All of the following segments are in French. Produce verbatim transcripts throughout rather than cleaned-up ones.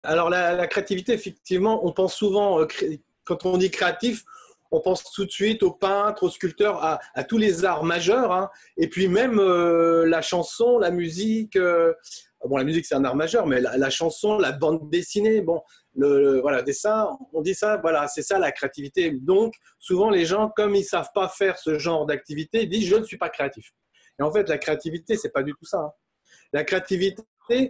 Alors la, la créativité, effectivement, on pense souvent, euh, cré- quand on dit créatif, on pense tout de suite aux peintres, aux sculpteurs, à, à tous les arts majeurs, hein. Et puis même euh, la chanson, la musique. Euh, bon, la musique c'est un art majeur, mais la, la chanson, la bande dessinée, bon, le, le- voilà, dessin, on dit ça, voilà, c'est ça la créativité. Donc souvent les gens, comme ils savent pas faire ce genre d'activité, ils disent je ne suis pas créatif. Et en fait, la créativité, c'est pas du tout ça, hein. La créativité,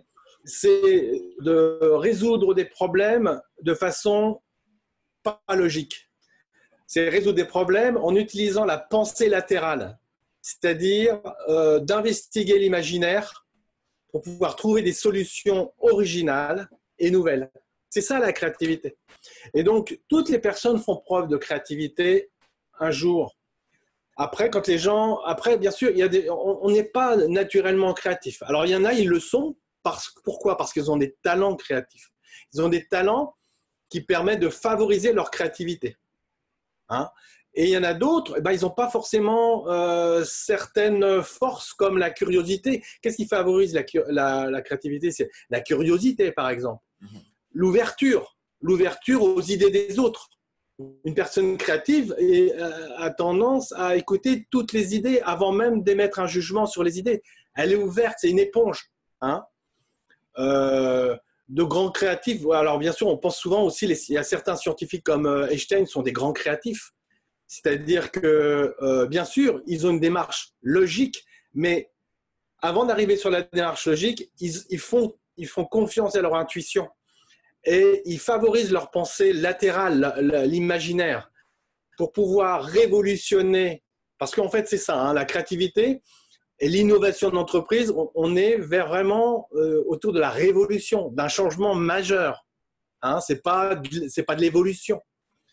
c'est de résoudre des problèmes de façon pas logique. C'est résoudre des problèmes en utilisant la pensée latérale, c'est-à-dire euh, d'investiguer l'imaginaire pour pouvoir trouver des solutions originales et nouvelles. C'est ça la créativité. Et donc, toutes les personnes font preuve de créativité un jour. Après, quand les gens, après, bien sûr, il y a des, on n'est pas naturellement créatif. Alors, il y en a, ils le sont. Parce, pourquoi? Parce qu'ils ont des talents créatifs. Ils ont des talents qui permettent de favoriser leur créativité, hein. Et il y en a d'autres, eh ben, ils n'ont pas forcément euh, certaines forces comme la curiosité. Qu'est-ce qui favorise la, la, la créativité? C'est la curiosité, par exemple. L'ouverture, l'ouverture aux idées des autres. Une personne créative est, euh, a tendance à écouter toutes les idées avant même d'émettre un jugement sur les idées. Elle est ouverte, c'est une éponge, hein. Euh, de grands créatifs. Alors bien sûr, on pense souvent aussi, les, il y a certains scientifiques comme euh, Einstein sont des grands créatifs. C'est-à-dire que, euh, bien sûr, ils ont une démarche logique, mais avant d'arriver sur la démarche logique, ils, ils, font, ils font confiance à leur intuition et ils favorisent leur pensée latérale, l'imaginaire, pour pouvoir révolutionner. Parce qu'en fait, c'est ça, hein, la créativité et l'innovation d'entreprise, on, on est vers vraiment euh, autour de la révolution, d'un changement majeur. Hein, c'est pas, c'est pas de l'évolution.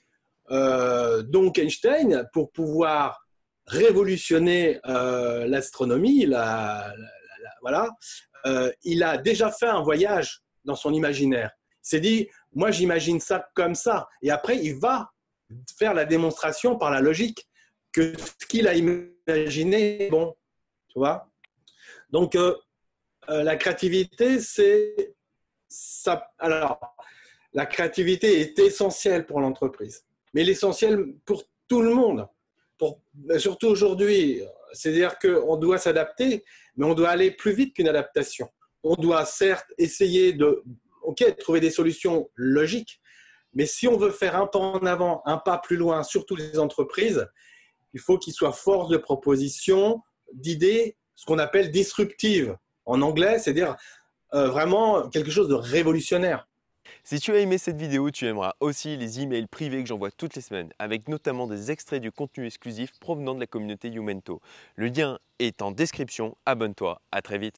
Euh, donc Einstein, pour pouvoir révolutionner euh, l'astronomie, la, la, la, voilà, euh, il a déjà fait un voyage dans son imaginaire. Il s'est dit, moi j'imagine ça comme ça. Et après, il va faire la démonstration par la logique que ce qu'il a imaginé est bon. Tu vois? Donc, euh, euh, la créativité, c'est ça. Alors, la créativité est essentielle pour l'entreprise, mais l'essentiel pour tout le monde, pour, surtout aujourd'hui. C'est-à-dire qu'on doit s'adapter, mais on doit aller plus vite qu'une adaptation. On doit certes essayer de ok, trouver des solutions logiques, mais si on veut faire un pas en avant, un pas plus loin, surtout les entreprises, il faut qu'ils soient force de proposition, d'idées, ce qu'on appelle disruptives en anglais, c'est-à-dire euh, vraiment quelque chose de révolutionnaire. Si tu as aimé cette vidéo, tu aimeras aussi les emails privés que j'envoie toutes les semaines, avec notamment des extraits du contenu exclusif provenant de la communauté Youmento. Le lien est en description, abonne-toi, à très vite.